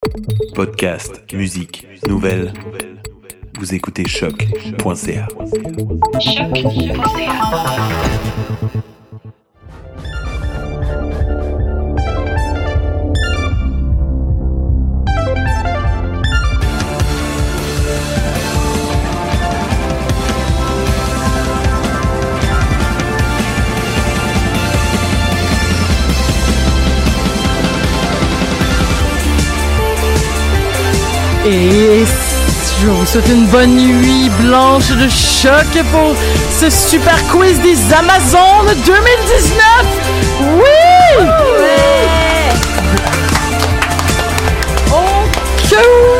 Podcast, musique, nouvelles. Vous écoutez choc.ca. Et je vous souhaite une bonne nuit blanche de choc pour ce super quiz des Amazones 2019. Oui! Ouais! Ok,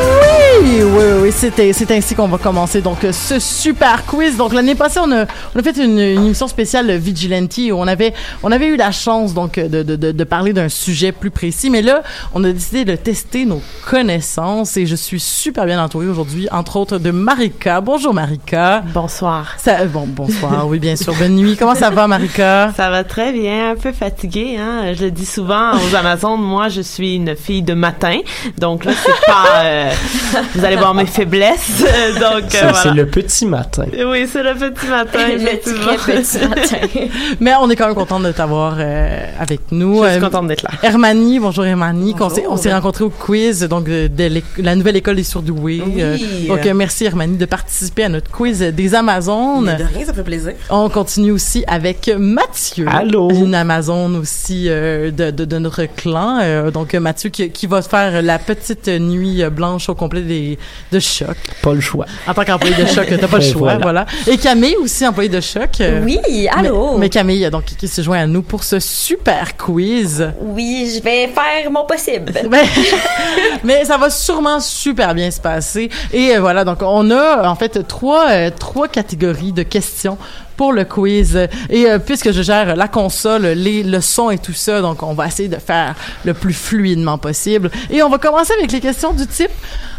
oui, c'est ainsi qu'on va commencer donc ce super quiz. Donc l'année passée, on a fait une émission spéciale Vigilante où on avait eu la chance donc de parler d'un sujet plus précis, mais là, on a décidé de tester nos connaissances et je suis super bien entourée aujourd'hui, entre autres de Marika. Bonjour Marika. Bonsoir. Bonsoir, oui bien sûr. Bonne nuit. Comment ça va Marika? Ça va très bien, un peu fatiguée, hein. Je le dis souvent aux Amazones, moi je suis une fille de matin, donc là c'est pas... vous allez voir mes faiblesses, donc voilà. C'est le petit matin. Oui, c'est le petit matin. Le très petit matin. Mais on est quand même contente de t'avoir avec nous. Je suis contente d'être là. Hermanie, bonjour Hermanie. Bonjour. On s'est rencontrés au quiz donc de la nouvelle école des surdoués. Oui. Donc merci Hermanie de participer à notre quiz des Amazones. Mais de rien, ça fait plaisir. On continue aussi avec Mathieu. Allô. Une Amazone aussi de notre clan. Donc Mathieu qui va faire la petite nuit blanche au complet de choc. Pas le choix. En tant qu'employé de choc, t'as pas le choix, voilà. Et Camille aussi, employée de choc. Oui, allô. Mais Camille, donc, qui se joint à nous pour ce super quiz. Oui, je vais faire mon possible. Mais ça va sûrement super bien se passer. Et voilà, donc on a en fait trois catégories de questions pour le quiz. Et puisque je gère la console, le son et tout ça, donc on va essayer de faire le plus fluidement possible. Et on va commencer avec les questions du type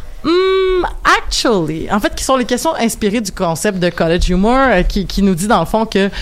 actually, en fait, qui sont les questions inspirées du concept de college humor, qui nous dit dans le fond que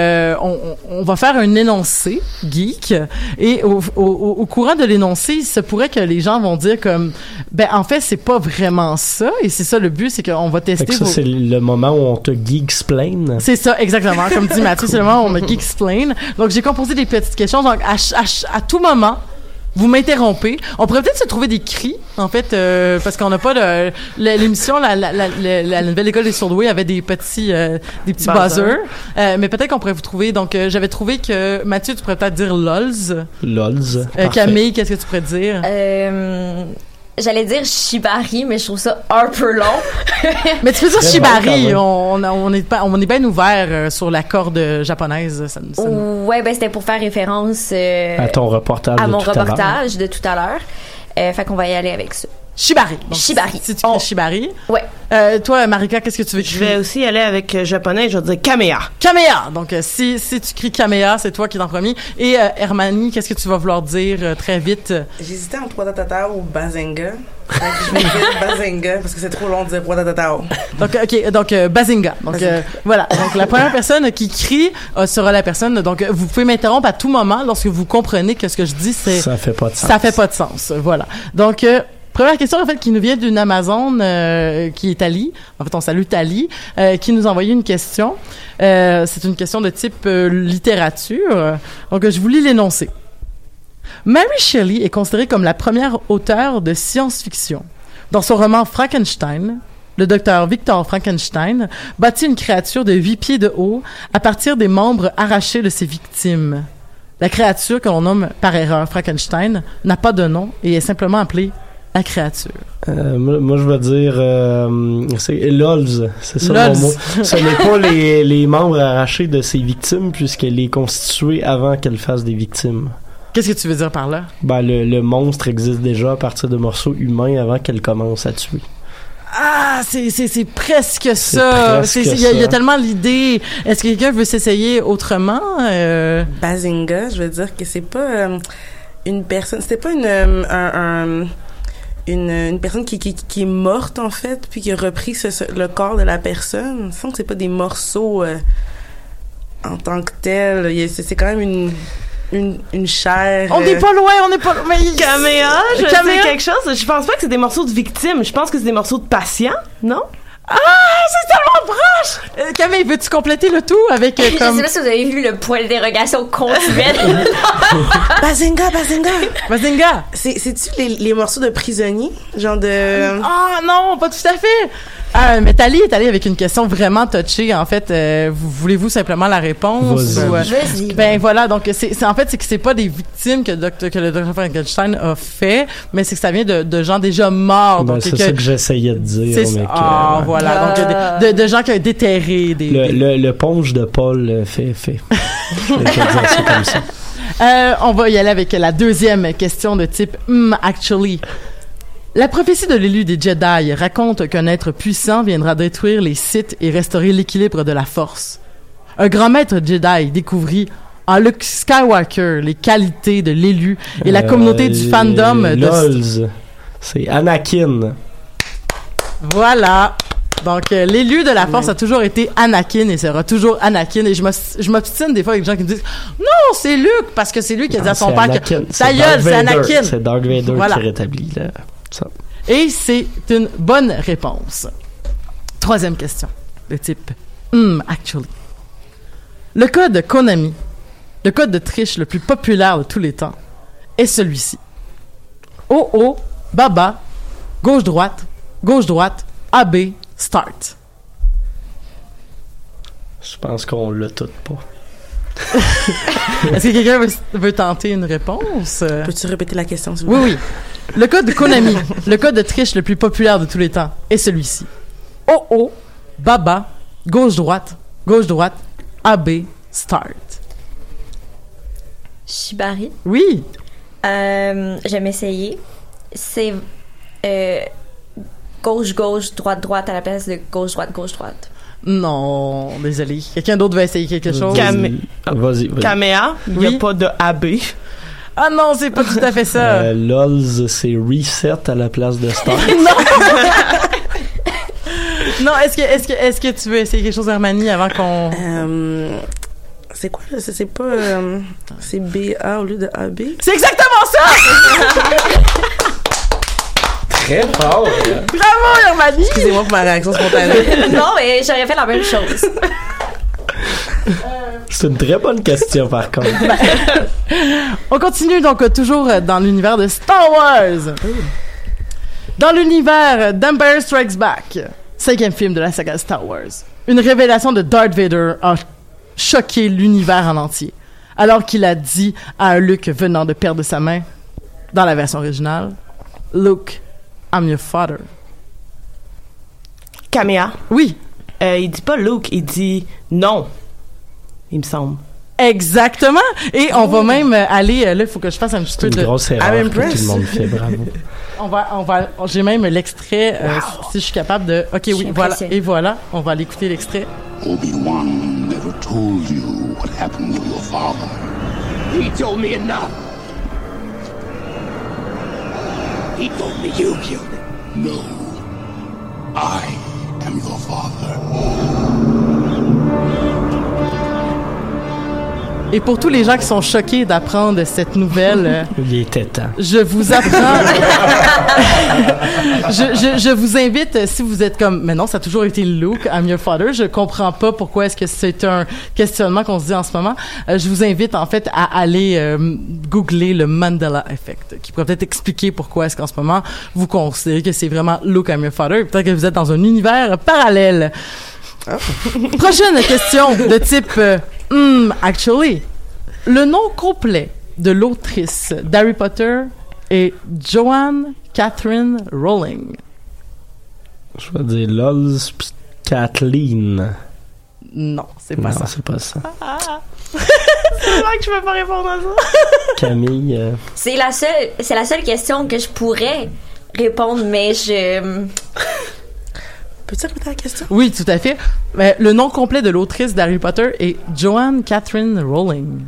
on va faire un énoncé geek et au courant de l'énoncé, il se pourrait que les gens vont dire comme en fait c'est pas vraiment ça et c'est ça le but, c'est qu'on va tester. Ça c'est le moment où on te geeksplain. C'est ça exactement, comme dit Mathieu, c'est le moment où on me geeksplain. Donc j'ai composé des petites questions, donc à tout moment vous m'interrompez. On pourrait peut-être se trouver des cris, en fait, parce qu'on n'a pas de... L'émission, la nouvelle école des surdoués avait des petits buzzers. Mais peut-être qu'on pourrait vous trouver. Donc, j'avais trouvé que, Mathieu, tu pourrais peut-être dire LOLs. LOLs. Camille, qu'est-ce que tu pourrais dire? J'allais dire Shibari, mais je trouve ça un peu long. Mais tu peux dire Shibari. On est bien ouvert sur la corde japonaise. Ouais, c'était pour faire référence à ton reportage à de mon tout à l'heure. reportage de tout à l'heure. Fait qu'on va y aller avec ça. Shibari. Donc, Shibari. Si tu cries Shibari. Ouais. Toi, Marika, qu'est-ce que tu veux Je vais aussi aller avec japonais, je vais dire Kamea. Kamea! Donc, si tu cries Kamea, c'est toi qui es en premier. Et Hermanie, qu'est-ce que tu vas vouloir dire très vite? J'hésitais entre Watatata ou Bazinga. Je vais dire Bazinga parce que c'est trop long de dire Watatata. Donc, Bazinga. Donc, voilà. Donc, la première personne qui crie sera la personne. Donc, vous pouvez m'interrompre à tout moment lorsque vous comprenez que ce que je dis, c'est... Ça fait pas de sens. Ça fait pas de sens. Voilà. Donc, première question, en fait, qui nous vient d'une Amazone qui est Tali. En fait, on salue Tali, qui nous a envoyé une question. C'est une question de type littérature. Donc, je vous lis l'énoncé. Mary Shelley est considérée comme la première auteure de science-fiction. Dans son roman Frankenstein, le docteur Victor Frankenstein bâtit une créature de 8 pieds de haut à partir des membres arrachés de ses victimes. La créature que l'on nomme par erreur Frankenstein n'a pas de nom et est simplement appelée la créature. Moi, je vais dire... c'est LOLs, c'est ça LOLs. mon mot. Ce n'est pas les membres arrachés de ses victimes puisqu'elle est constituée avant qu'elle fasse des victimes. Qu'est-ce que tu veux dire par là? Le monstre existe déjà à partir de morceaux humains avant qu'elle commence à tuer. Ah, c'est presque ça. Il y a tellement l'idée. Est-ce que quelqu'un veut s'essayer autrement? Bazinga, je veux dire que c'est pas une personne... C'était pas une personne qui est morte, en fait, puis qui a repris le corps de la personne. Il me semble que c'est pas des morceaux en tant que tel. C'est quand même une... une chair. On n'est pas loin, on n'est pas loin. Caméa, je Caméa? sais quelque chose. Je pense pas que c'est des morceaux de victimes. Je pense que c'est des morceaux de patients, non? Ah, c'est tellement proche! Camille, veux-tu compléter le tout avec Je comme... sais pas si vous avez vu le point d'interrogation continuel. Bazinga, Bazinga! Bazinga! C'est-tu les morceaux de prisonniers? Genre de... Ah non, pas tout à fait! Mais Thalie est allée avec une question vraiment touchée. En fait, voulez-vous simplement la réponse? Vas-y. Vas-y. Ben voilà, donc en fait, c'est que c'est pas des victimes que le Dr. Frankenstein a fait, mais c'est que ça vient de gens déjà morts. Ben, Donc, c'est ça que j'essayais de dire. Mais Ah, que, voilà. Donc, de gens qui ont déterré des... Le ponge de Paul fait. Je vais te dire ça comme ça. On va y aller avec la deuxième question de type actually. La prophétie de l'élu des Jedi raconte qu'un être puissant viendra détruire les Sith et restaurer l'équilibre de la Force. Un grand maître Jedi découvrit en Luke Skywalker les qualités de l'élu et la communauté du fandom Lols. C'est Anakin. Voilà. Donc, l'élu de la Force a toujours été Anakin et sera toujours Anakin. Et je m'obstine des fois avec des gens qui me disent « Non, c'est Luke! » Parce que c'est lui qui a dit à son père que « Ta gueule, c'est Anakin! » C'est Darth Vader Voilà. qui rétablit là. Ça. Et c'est une bonne réponse. Troisième question, de type actually. Le code Konami, le code de triche le plus populaire de tous les temps, est celui-ci. OO, Baba, gauche-droite, AB, start. Je pense qu'on l'a tout pas. Est-ce que quelqu'un veut tenter une réponse? Peux-tu répéter la question, s'il vous Oui, plaît? oui. Le code Konami, le code de triche le plus populaire de tous les temps, est celui-ci. OO, Baba, gauche-droite, AB, start. Shibari. Oui. J'aime essayer. C'est gauche, droite à la place de gauche, droite. Non, désolé. Quelqu'un d'autre veut essayer quelque chose? Vas-y. Caméa, il n'y Oui. a pas de AB. Ah non, c'est pas tout à fait ça. LOLs, c'est reset à la place de start. Non, est-ce que tu veux essayer quelque chose, Hermanie, avant qu'on... C'est quoi, là? C'est pas... c'est BA au lieu de AB? C'est exactement ça! Très fort. Hein? Bravo, Hermanie! Excusez-moi pour ma réaction spontanée. Non, mais j'aurais fait la même chose. C'est une très bonne question, par contre. On continue donc toujours dans l'univers de Star Wars. Dans l'univers d'Empire Strikes Back, 5e film de la saga Star Wars, une révélation de Darth Vader a choqué l'univers en entier, alors qu'il a dit à un Luke venant de perdre sa main, dans la version originale, « Luke, I'm your father. » Caméa. Oui, Il dit pas Luke, il dit non. Il me semble. exactement. Et on va même aller... Là, il faut que je fasse un petit C'est peu une de... grosse erreur I'm que tout impressed. le monde fait, bravo. J'ai même l'extrait, si je suis capable de... OK, oui, suis voilà. impressionnée. Et voilà, on va aller écouter l'extrait. Obi-Wan never told you what happened to your father. He told me enough. He told me you killed him. No. I am your father. Et pour tous les gens qui sont choqués d'apprendre cette nouvelle, Il était temps. je vous apprends... je vous invite, si vous êtes comme... Mais non, ça a toujours été Luke, I'm your father. Je comprends pas pourquoi est-ce que c'est un questionnement qu'on se dit en ce moment. Je vous invite, en fait, à aller googler le Mandela Effect, qui pourrait peut-être expliquer pourquoi est-ce qu'en ce moment, vous considérez que c'est vraiment Luke, I'm your father. Peut-être que vous êtes dans un univers parallèle. Prochaine question de type actually. Le nom complet de l'autrice d'Harry Potter est Joanne Catherine Rowling. Je vais dire LOLs pis Kathleen. Non, c'est pas Non, ça. c'est pas ça. C'est vrai que je peux pas répondre à ça. Camille. C'est la seule question que je pourrais répondre, mais je... Peux-tu répéter la question? Oui, tout à fait. Mais le nom complet de l'autrice d'Harry Potter est Joanne Catherine Rowling.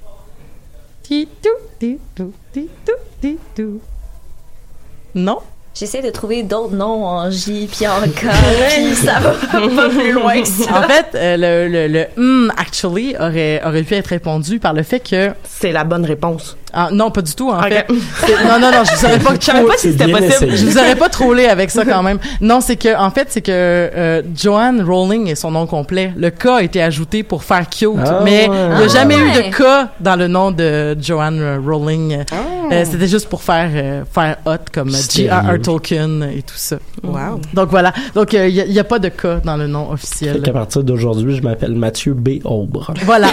Ti-tou, ti-tou, ti-tou, ti-tou. Non? J'essaie de trouver d'autres noms en J puis en K, puis ça va pas plus loin que ça. En fait, le actually aurait pu être répondu par le fait que... C'est la bonne réponse. Ah, non, pas du tout, en Ok. fait. Non, je vous aurais pas Je savais pas si c'était bien possible. essayé. Je vous aurais pas trollé avec ça quand même. Non, c'est que Joanne Rowling est son nom complet. Le K a été ajouté pour faire cute, Ah, mais ouais. il n'y a jamais eu ouais. de K dans le nom de Joanne Rowling. C'était juste pour faire hot comme Sérieux? J.R.R. Tolkien et tout ça. Wow. Donc voilà. Donc il y a pas de K dans le nom Fait officiel. qu'à partir d'aujourd'hui, je m'appelle Mathieu B. Aubre. Voilà.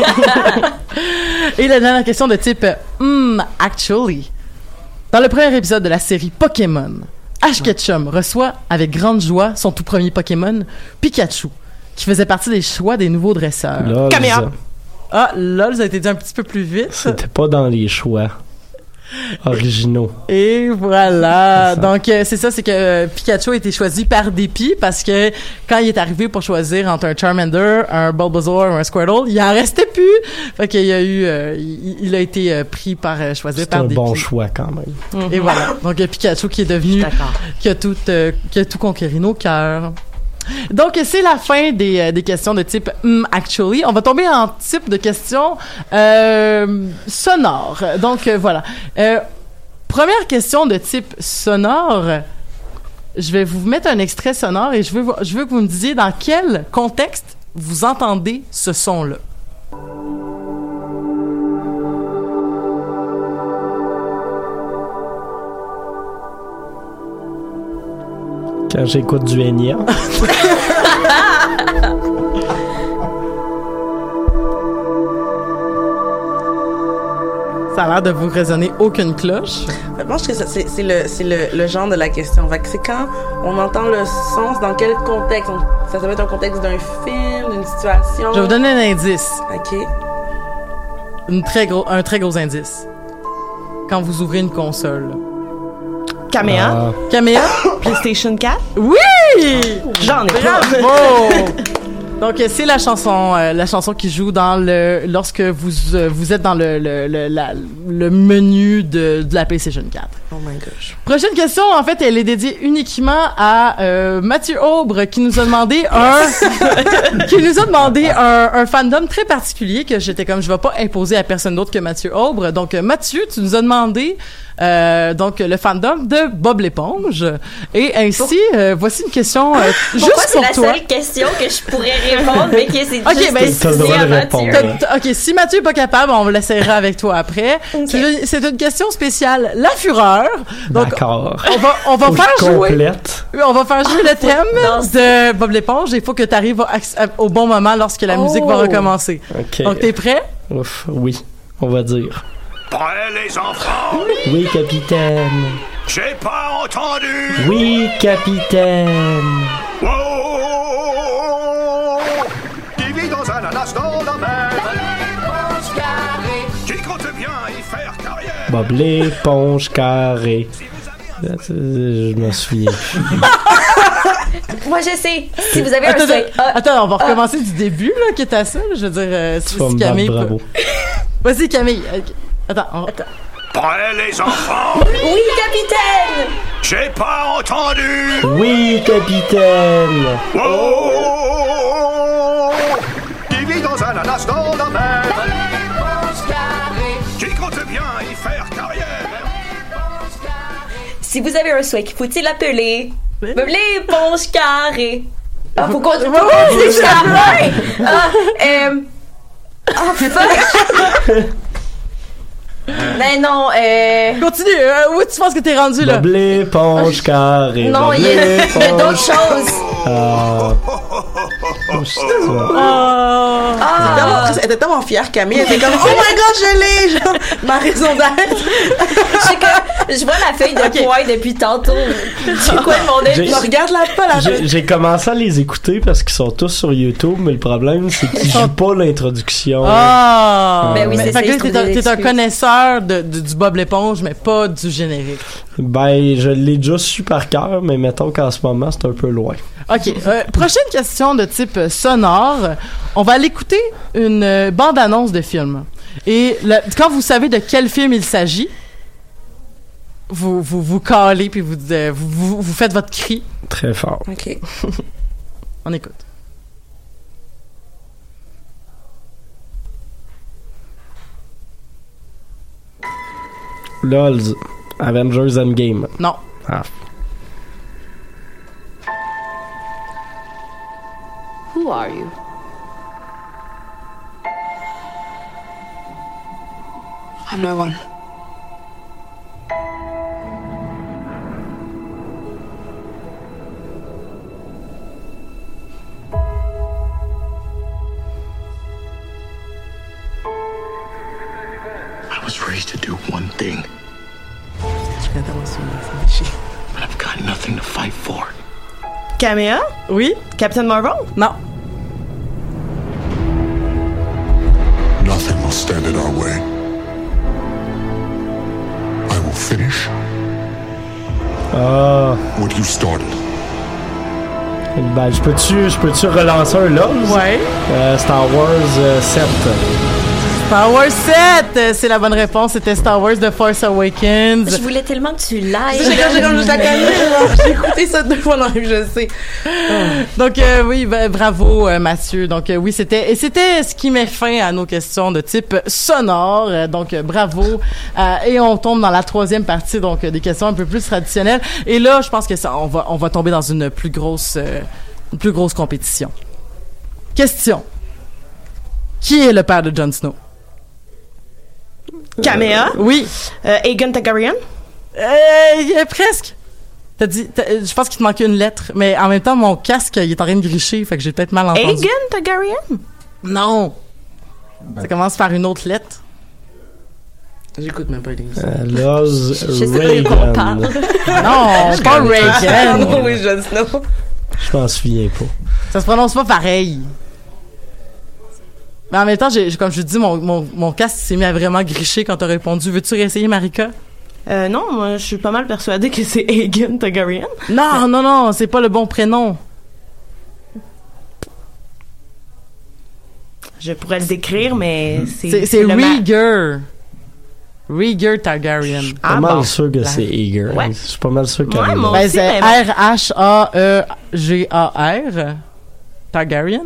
Et la dernière question de type actually. Dans le premier épisode de la série Pokémon, Ash Ketchum reçoit avec grande joie son tout premier Pokémon, Pikachu, qui faisait partie des choix des nouveaux dresseurs. Là, Caméra. Ah, là, ça a été dit un petit peu plus vite. c'était pas dans les choix originaux. Et voilà. C'est ça. Donc, c'est ça, c'est que Pikachu a été choisi par dépit parce que quand il est arrivé pour choisir entre un Charmander, un Bulbasaur ou un Squirtle, il en restait plus. Fait qu'il y a eu, il a été pris par, choisi C'est par un dépit. bon choix quand même. Et voilà. Donc, Pikachu qui est devenu, D'accord. qui a tout conquéri nos cœurs. Donc, c'est la fin des questions de type actually. On va tomber en type de questions sonores. Donc, voilà. Première question de type sonore. Je vais vous mettre un extrait sonore et je veux que vous me disiez dans quel contexte vous entendez ce son-là. Quand j'écoute du Enya, Ça a l'air de vous résonner aucune cloche. Je pense que c'est le genre de la question. Fait que c'est quand on entend le son, c'est dans quel contexte? Ça peut être un contexte d'un film, d'une situation. Je vais vous donner un indice. OK. Un très gros indice. Quand vous ouvrez une console. Caméa. Caméa? PlayStation 4. Oui! J'en ai pas. Bravo! Donc, c'est la chanson qui joue dans lorsque vous êtes dans le menu de la PlayStation 4. Oh my gosh. Prochaine question, en fait, elle est dédiée uniquement à Mathieu Aubre qui nous a demandé un fandom très particulier que j'étais comme je vais pas imposer à personne d'autre que Mathieu Aubre. Donc Mathieu, tu nous as demandé donc le fandom de Bob l'éponge et ainsi voici une question juste Pourquoi c'est pour la toi. seule question que je pourrais répondre, mais que c'est Ok, juste ben, t'as le droit à de Mathieu. répondre. OK, si Mathieu est pas capable, on l'essayera avec toi après. Ok. C'est une question spéciale La Fureur. Donc d'accord. on va Faut que faire je jouer complète. oui, on va faire jouer le thème Non, de Bob l'éponge et il faut que tu arrives au bon moment lorsque la musique va recommencer. OK. Donc t'es prêt? Ouf, oui, on va dire. Prêts les enfants? Oui, capitaine. J'ai pas entendu. Oui, capitaine. Wow! Qui vit dans un ananas dans la mer? Qui compte bien y faire carrière? Bob l'éponge carré. Je me souviens. Moi, je sais. Si vous avez un steak. Attends, on va recommencer du début, là, qui est à ça. Là. Je veux dire, Tu vas si me Camille battre, peut- bravo. Vas-y, Camille. Ok. Attends. Prêts les enfants? Oui, capitaine! J'ai pas entendu. Oui, capitaine. Wow! Qui vit dans un ananas dans la mer? Qui compte bien y faire carrière? Si vous avez un swag, faut-il l'appeler Bob l'éponge carré? Ah, faut qu'on ouais, continue jusqu'à la fin! Fuck! Ben non, Continue. Où tu penses que t'es rendu, là? Bob l'éponge carré. non, Bob il y a l'éponge- d'autres choses. Ah. Oh, je sais pas. Ah, Elle était tellement fière, Camille. Elle était comme, oh my god, je l'ai! Genre, ma raison d'être. je vois la feuille de points depuis tantôt. C'est quoi mon J'ai- œil? Je regarde-la pas, la J'ai commencé à les écouter parce qu'ils sont tous sur YouTube, mais le problème, c'est qu'ils jouent pas l'introduction. Ah! Ben oui, c'est ça, Fait que il se là, trouve des t'es un excuses. connaisseur du Bob l'éponge, mais pas du générique. Ben, je l'ai déjà su par cœur, mais mettons qu'en ce moment, c'est un peu loin. OK. Prochaine question de type sonore. On va aller écouter une bande-annonce de film. Et quand vous savez de quel film il s'agit, vous calez puis vous faites votre cri. Très fort. OK. On écoute. LOLs. Avengers Endgame. Non. Ah. Who are you? I'm no one. I was raised to do one thing, Je connais tellement ce film. but I've got nothing to fight for. Kamea? Oui? Captain Marvel? Non. Nothing will stand in our way. I will finish what you started. Ben, je peux-tu relancer un LOL? Ouais. Star Wars 7. Star Wars 7! C'est la bonne réponse. C'était Star Wars The Force Awakens. Je voulais tellement que tu l'ailles. J'ai comme je la connais. J'ai écouté ça 2 fois dans la vie, je sais. Donc oui, bravo Mathieu. Donc oui, c'était ce qui met fin à nos questions de type sonore. Donc bravo. Et on tombe dans la 3e partie, donc des questions un peu plus traditionnelles. Et là, je pense que on va tomber dans une plus grosse compétition. Question. Qui est le père de Jon Snow? Kamea? Oui. Aegon Targaryen? Presque. Je pense qu'il te manquait une lettre, mais en même temps, mon casque, il est en train de gricher, fait que j'ai peut-être mal entendu. Aegon Targaryen? Non. Ça commence par une autre lettre. J'écoute même pas l'émission. LOLs Je sais pas de quoi on parle. Non, pas Reagan. Oui, Jon Snow. Je m'en souviens pas. Ça se prononce pas pareil. Mais en même temps, comme je dis, mon casque s'est mis à vraiment gricher quand t'as répondu. Veux-tu réessayer, Marika? Non, moi, je suis pas mal persuadée que c'est Aegon Targaryen. Non, c'est pas le bon prénom. Je pourrais le décrire, mais c'est C'est Rhaegar. Rhaegar Targaryen. Je suis pas mal sûr que c'est Aegon. Ouais. Je suis pas mal sûr qu'elle Ouais, moi Ben, aussi, c'est mais- Rhaegar. Targaryen.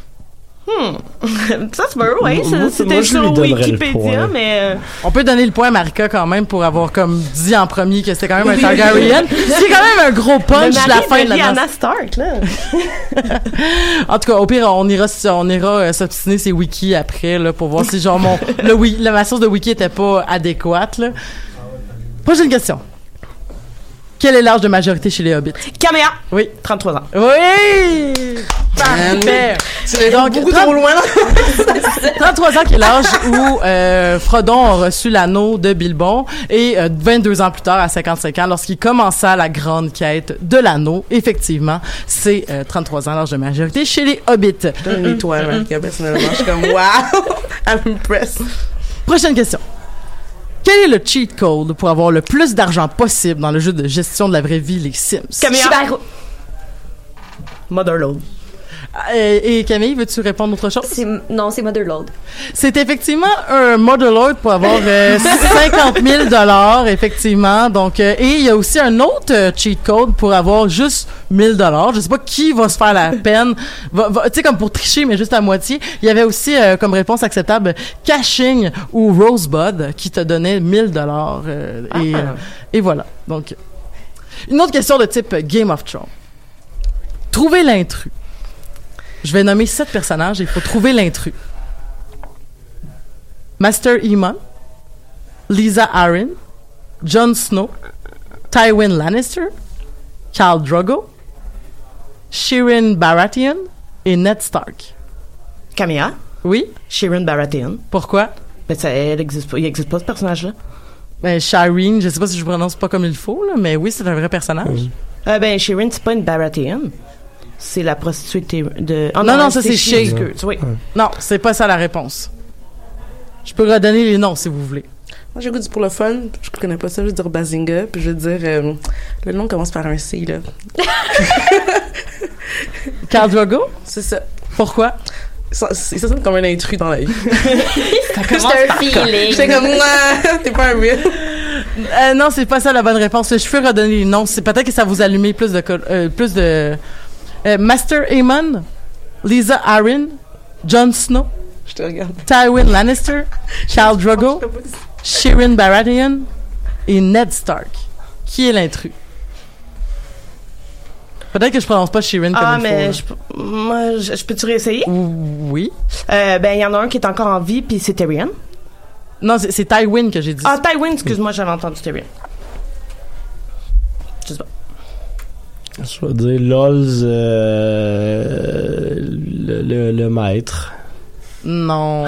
Ça se peut, oui. Moi, C'était je lui sur donnerais le Wikipédia, point. mais... On peut donner le point à Marika quand même pour avoir comme dit en premier que c'était quand même un Targaryen. C'est quand même un gros punch le la mari fin de de la Lyanna Stark, là. En tout cas, au pire, on ira s'obstiner ces wikis après là pour voir si genre ma source de wiki était pas adéquate là. Prochaine question. Quel est l'âge de majorité chez les hobbits? Kamea. Oui. 33 ans. Oui! Parfait! Donc, beaucoup trop loin. 33 ans qui est l'âge où Frodon a reçu l'anneau de Bilbon et 22 ans plus tard, à 55 ans, lorsqu'il commença la grande quête de l'anneau, effectivement, c'est 33 ans l'âge de majorité chez les hobbits. Je donne une étoile, Marika, personnellement. Je suis comme, wow! I'm impressed. Prochaine question. Quel est le cheat code pour avoir le plus d'argent possible dans le jeu de gestion de la vraie vie, les Sims? Kamea. Super. Motherload. Et Camille, veux-tu répondre autre chose? Non, c'est Motherload. C'est effectivement un Motherload pour avoir 50 000 $, effectivement. Donc, et il y a aussi un autre cheat code pour avoir juste 1 000 $. Je sais pas qui va se faire la peine. Tu sais, comme pour tricher, mais juste à moitié. Il y avait aussi comme réponse acceptable Caching ou Rosebud qui te donnait 1 000 $. Et voilà. Donc, une autre question de type Game of Thrones. Trouver l'intrus. Je vais nommer 7 personnages et il faut trouver l'intrus. Master Aemon, Lisa Arryn, Jon Snow, Tywin Lannister, Khal Drogo, Shirin Baratheon et Ned Stark. Kamea. Oui? Shirin Baratheon. Pourquoi? Ben, il existe pas ce personnage-là. Ben, Shireen, je sais pas si je prononce pas comme il faut, là, mais oui, c'est un vrai personnage. Ben, Shirin, c'est pas une Baratheon. C'est la prostituée de... Oh, non, ça c'est Shay. Oui. Non, c'est pas ça la réponse. Je peux redonner les noms si vous voulez. Moi, j'ai goût pour le fun. Je connais pas ça. Je vais dire Bazinga. Puis je vais dire... le nom commence par un C, là. Khal Drogo? C'est ça. Pourquoi? Ça sonne comme un intrus dans la vie. Ça commence par feeling. J'étais comme, t'es pas un real. Non, c'est pas ça la bonne réponse. Je peux redonner les noms. C'est peut-être que ça vous allume plus de Master Aemon, Lisa Arryn, Jon Snow, Je te regarde. Tywin Lannister, Khal Drogo, Shirin Baratheon et Ned Stark. Qui est l'intrus? Peut-être que je prononce pas Shirin comme il mais faut. moi, je peux-tu réessayer? Oui. Il y en a un qui est encore en vie, puis c'est Tyrion. Non, c'est Tywin que j'ai dit. Ah, Tywin, excuse-moi, j'avais entendu Tyrion. Je sais pas. Je vais dire Lols, le maître. Non.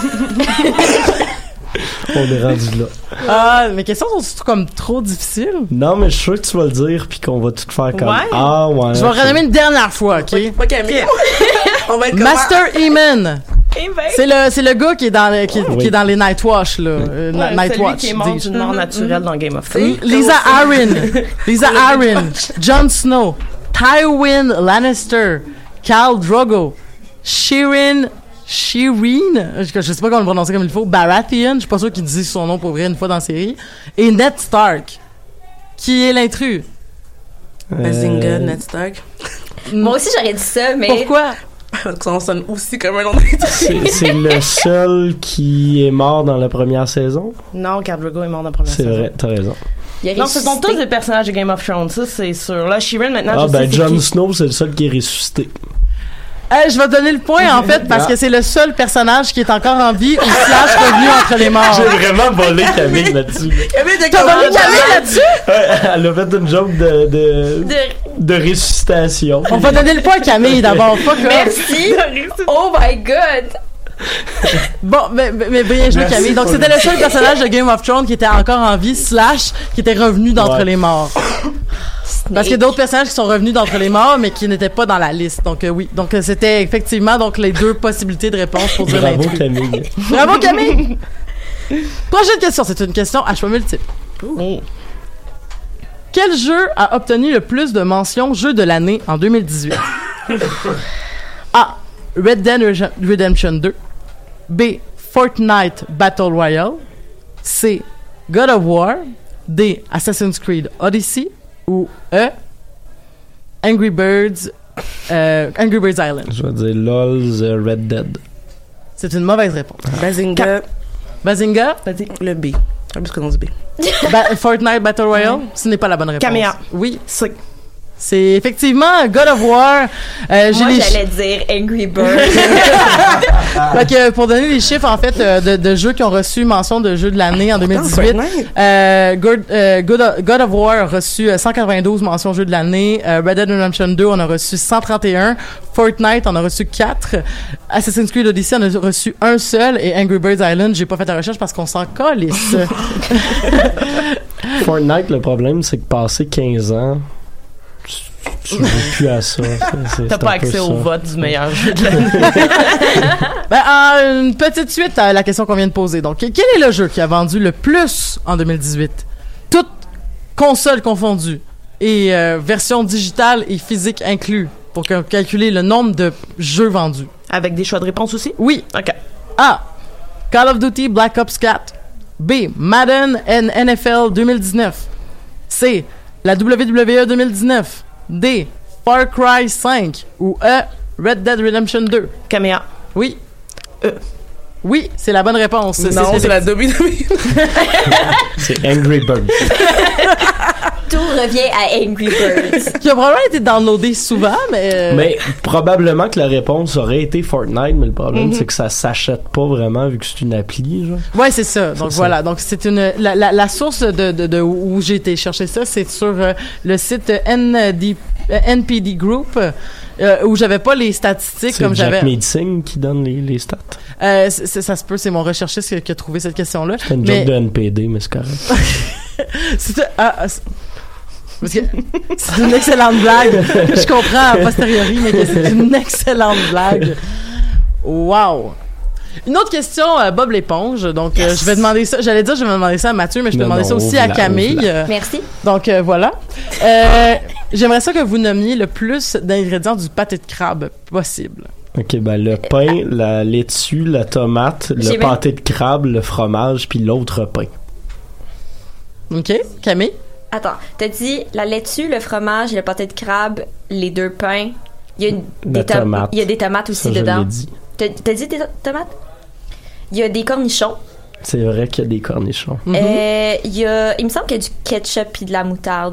On est rendu là. Ah, mes questions sont surtout comme trop difficiles. Non, mais je suis sûr que tu vas le dire puis qu'on va tout faire comme... Ouais. Ah, ouais. Je vais redonner une dernière fois, OK? Pas Camille. On va être Master Aemon. C'est le gars qui est dans qui est dans les Nightwatch là, Nightwatch. Celui qui est mort d'une mort naturelle dans Game of Thrones. Lisa Arryn, Jon Snow, Tywin Lannister, Khal Drogo, Shirin, je sais pas comment le prononcer comme il faut, Baratheon, je suis pas sûr qu'il dise son nom pour vrai une fois dans la série, et Ned Stark. Qui est l'intrus? Bazinga, Ned Stark. Moi aussi, j'aurais dit ça, mais... Pourquoi? Ça sonne aussi comme un nom d'intrus. C'est le seul qui est mort dans la première saison? Non, Khal Drogo est mort dans la première C'est saison. vrai, t'as raison. Non, ce sont tous des personnages de Game of Thrones, ça, c'est sûr. Là, Shirin, maintenant, Ah, je sais ben, c'est Jon qui. Snow, c'est le seul qui est ressuscité. Je vais donner le point en fait parce que c'est le seul personnage qui est encore en vie ou slash revenu entre les morts. J'ai vraiment volé Camille là-dessus. T'as volé Camille là-dessus? Ouais, elle a fait une joke de ressuscitation. On va donner le point à Camille d'abord. Merci. Oh my god. Bon, mais bien joué Camille. Donc c'était le seul personnage de Game of Thrones qui était encore en vie slash qui était revenu d'entre les morts. Parce qu'il y a d'autres personnages qui sont revenus d'entre les morts, mais qui n'étaient pas dans la liste. Donc oui. Donc c'était effectivement donc les deux possibilités de réponse pour dire Bravo l'intrus. Camille. Bravo Camille. Prochaine question, c'est une question à choix multiple. Quel jeu a obtenu le plus de mentions jeu de l'année en 2018? A. Red Dead Redemption 2. B. Fortnite Battle Royale. C. God of War. D. Assassin's Creed Odyssey. Ou E. Angry Birds Island. Je vais dire LOL's Red Dead. C'est une mauvaise réponse. Bazinga. Bazinga? Le B. Un plus que non du B. Fortnite Battle Royale? Ce n'est pas la bonne réponse. Caméa. Oui. C'est effectivement God of War. Moi, j'allais dire Angry Birds. Fait que pour donner les chiffres, en fait, de jeux qui ont reçu mention de jeu de l'année en 2018, God of War a reçu 192 mentions jeu de l'année. Red Dead Redemption 2, on a reçu 131. Fortnite, on a reçu 4. Assassin's Creed Odyssey, on a reçu un seul. Et Angry Birds Island, j'ai pas fait la recherche parce qu'on s'en calisse. Fortnite, le problème, c'est que passé 15 ans, tu joues plus à ça. T'as pas accès au vote du meilleur jeu de l'année. Une petite suite à la question qu'on vient de poser. Donc, quel est le jeu qui a vendu le plus en 2018? Toutes consoles confondues et version digitale et physique inclus pour calculer le nombre de jeux vendus. Avec des choix de réponse aussi? Oui. OK. A. Call of Duty Black Ops 4. B. Madden NFL 2019. C. La WWE 2019. D. Far Cry 5. Ou E. Red Dead Redemption 2. Caméa. Oui. Oui, c'est la bonne réponse. Non, c'est la WWE. C'est Angry Birds. Tout revient à Angry Birds. Qui a probablement été downloadé souvent, mais... Mais probablement que la réponse aurait été Fortnite, mais le problème, c'est que ça s'achète pas vraiment vu que c'est une appli, genre. Ouais, c'est ça. Donc voilà. Ça. Donc c'est une la source de où j'ai été chercher ça, c'est sur le site NPD Group. Où j'avais pas les statistiques comme j'avais. C'est Jack Medsing qui donne les stats. Ça se peut, c'est mon recherchiste qui a trouvé cette question-là. C'est une joke de NPD, mais c'est correct. Parce que c'est une excellente blague. Je comprends a posteriori, mais que c'est une excellente blague. Wow! Une autre question, Bob l'éponge. Donc, je vais demander ça. J'allais dire, je vais demander ça à Mathieu, mais je vais demander ça aussi à Camille. Merci. Donc, voilà. J'aimerais ça que vous nommiez le plus d'ingrédients du pâté de crabe possible. OK, ben le pain, la laitue, la tomate, le pâté de crabe, le fromage, puis l'autre pain. OK. Camille? Attends, t'as dit la laitue, le fromage et le pâté de crabe, les 2 pains. Il y a des tomates. Il y a des tomates aussi ça, dedans. Je l'ai dit. T'as dit des tomates? Il y a des cornichons. C'est vrai qu'il y a des cornichons. Il me semble qu'il y a du ketchup et de la moutarde.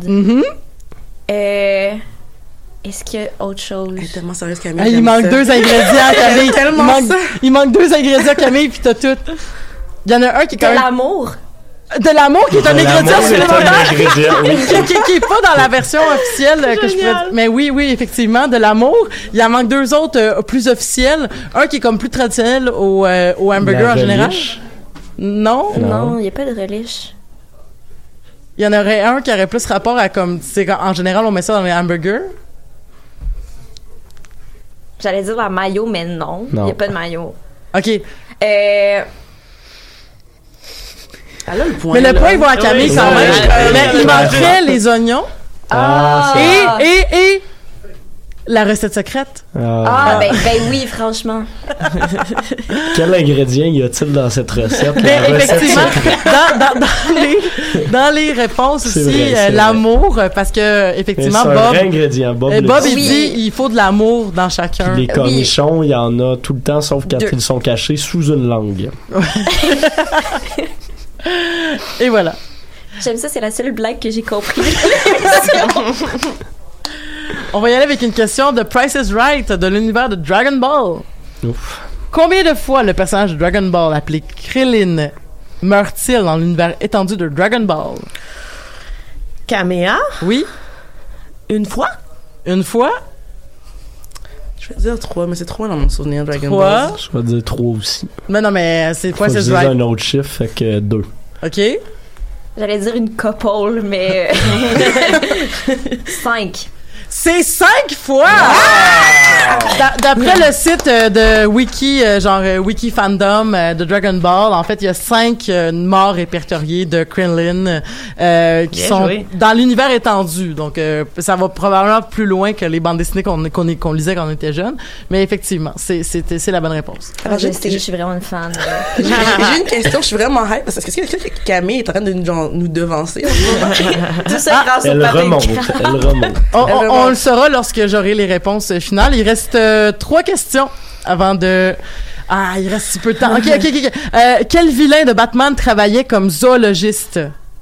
Est-ce qu'il y a autre chose? Elle est tellement sérieuse, Camille. Il manque 2 ingrédients, Camille. Il manque 2 ingrédients, Camille, puis t'as tout. Il y en a un qui est quand même... De l'amour. De l'amour qui est un ingrédient supplémentaire. Qui est pas dans la version officielle que je pourrais... Mais oui, effectivement, de l'amour. Il en manque 2 autres plus officiels. Un qui est comme plus traditionnel au hamburger en général. Non, il n'y a pas de relish. Il y en aurait un qui aurait plus rapport à comme... En général, on met ça dans les hamburgers. J'allais dire la mayo, mais non. Il n'y a pas de mayo. OK. Elle a le point. Mais le point, il va à Camille quand même. Mais il manquerait les oignons. Et la recette secrète. Ben oui, franchement. Quel ingrédient y a-t-il dans cette recette? Effectivement, dans les réponses aussi, vrai, l'amour, parce que effectivement, c'est un vrai ingrédient. Bob il dit il faut de l'amour dans chacun. Puis les cornichons, il y en a tout le temps, sauf quand ils sont cachés sous une langue. Et voilà. J'aime ça, c'est la seule blague que j'ai compris. On va y aller avec une question de Price is Right de l'univers de Dragon Ball. Ouf. Combien de fois le personnage de Dragon Ball appelé Krillin meurt-il dans l'univers étendu de Dragon Ball? Kamea? Oui. Une fois? Une fois? Je vais dire 3, mais c'est 3 dans mon souvenir de Dragon 3. Ball. Je vais dire 3 aussi. Mais non, mais c'est Price is Right. Right. Un autre chiffre, fait que 2. OK. J'allais dire une couple, mais 5. C'est 5 fois! D'après le site de Wiki, Wiki Fandom de Dragon Ball, en fait, il y a 5 morts répertoriés de Krillin qui sont dans l'univers étendu. Donc, ça va probablement plus loin que les bandes dessinées qu'on lisait quand on était jeune. Mais effectivement, c'est la bonne réponse. Alors, je suis vraiment une fan. J'ai une question, je suis vraiment hype parce que est-ce que Camille est en train de nous devancer? Tout ça grâce au Elle remonte. On le saura lorsque j'aurai les réponses finales. Il reste 3 questions avant de... il reste si peu de temps. OK. Quel vilain de Batman travaillait comme zoologiste?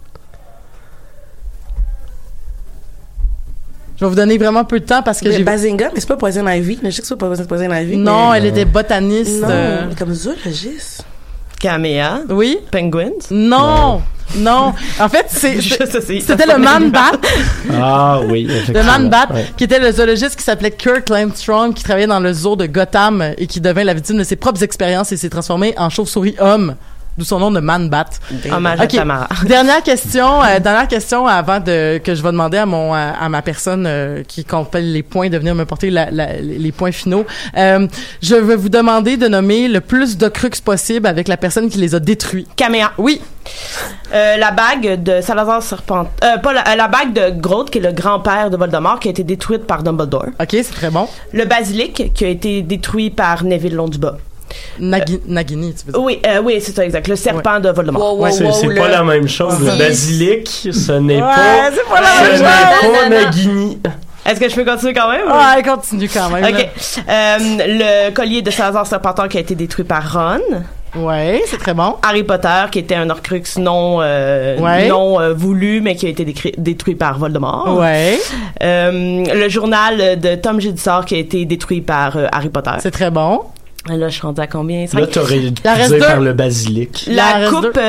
Je vais vous donner vraiment peu de temps parce que j'ai... Bazinga, mais c'est pas Poison Ivy. Je sais que c'est pas Poison Ivy. Non, elle était botaniste. Non, comme zoologiste. Kamea? Oui. Penguins? Non. En fait, c'était le Man-Bat. Ah oui, effectivement. Le Man-Bat, qui était le zoologiste qui s'appelait Kirk Armstrong, qui travaillait dans le zoo de Gotham et qui devint la victime de ses propres expériences et s'est transformé en chauve-souris homme. D'où son nom de Man-Bat. Hommage à Tamara. Dernière question avant que je vais demander à ma personne qui compile les points de venir me porter les points finaux. Je vais vous demander de nommer le plus d'Ocrux possible avec la personne qui les a détruits. Kamea. Oui. La bague de Salazar Serpent... la bague de Grodd, qui est le grand-père de Voldemort, qui a été détruite par Dumbledore. OK, c'est très bon. Le basilic, qui a été détruit par Neville Londubat. Nagini, tu veux dire? Oui, c'est ça, exact. Le serpent de Voldemort. C'est pas la même chose. Le basilic, ce n'est pas... c'est pas la même chose! pas Nagini. Est-ce que je peux continuer quand même? Ah, continue quand même. OK. Le collier de Salazar Serpentor qui a été détruit par Ron. Ouais, c'est très bon. Harry Potter, qui était un Horcrux non voulu, mais qui a été détruit par Voldemort. Ouais. Le journal de Tom Jedusor qui a été détruit par Harry Potter. C'est très bon. Là, je suis rendue à combien? 5? Là, t'aurais dû dire par le basilic. La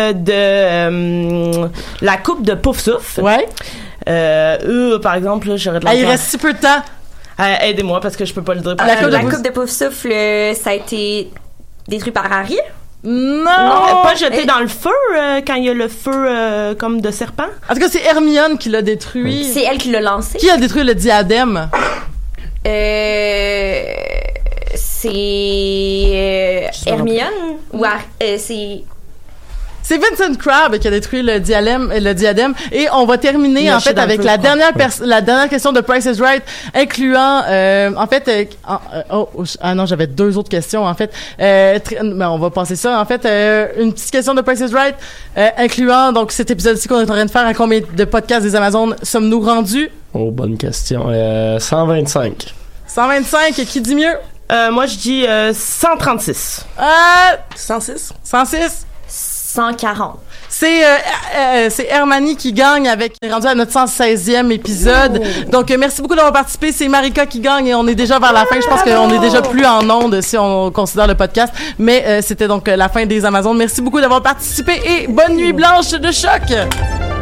coupe de Poufsouffle. Ouais. Par exemple, là, j'aurais de la... il reste si peu de temps. Aidez-moi, parce que je peux pas le dire. La coupe de Poufsouffle, ça a été détruit par Harry? Non! Pas jeté dans le feu quand il y a le feu comme de serpent? En tout cas, c'est Hermione qui l'a détruit. C'est elle qui l'a lancé. Qui a détruit le diadème? C'est Hermione ou c'est C'est Vincent Crabbe qui a détruit le diadème. Et on va terminer, en fait, avec la dernière question de Price is Right, incluant, non, j'avais 2 autres questions, en fait. Mais on va passer ça. En fait, une petite question de Price is Right, incluant, donc, cet épisode-ci qu'on est en train de faire. À combien de podcasts des Amazones sommes-nous rendus? Oh, bonne question. 125. 125, qui dit mieux? Moi, je dis 136. 106. 106? 140. C'est Hermanie qui gagne avec, on est rendu à notre 116e épisode. Donc, merci beaucoup d'avoir participé. C'est Marika qui gagne et on est déjà vers la fin. Je pense qu'on est déjà plus en onde si on considère le podcast. Mais c'était donc la fin des Amazones. Merci beaucoup d'avoir participé et bonne nuit blanche de choc!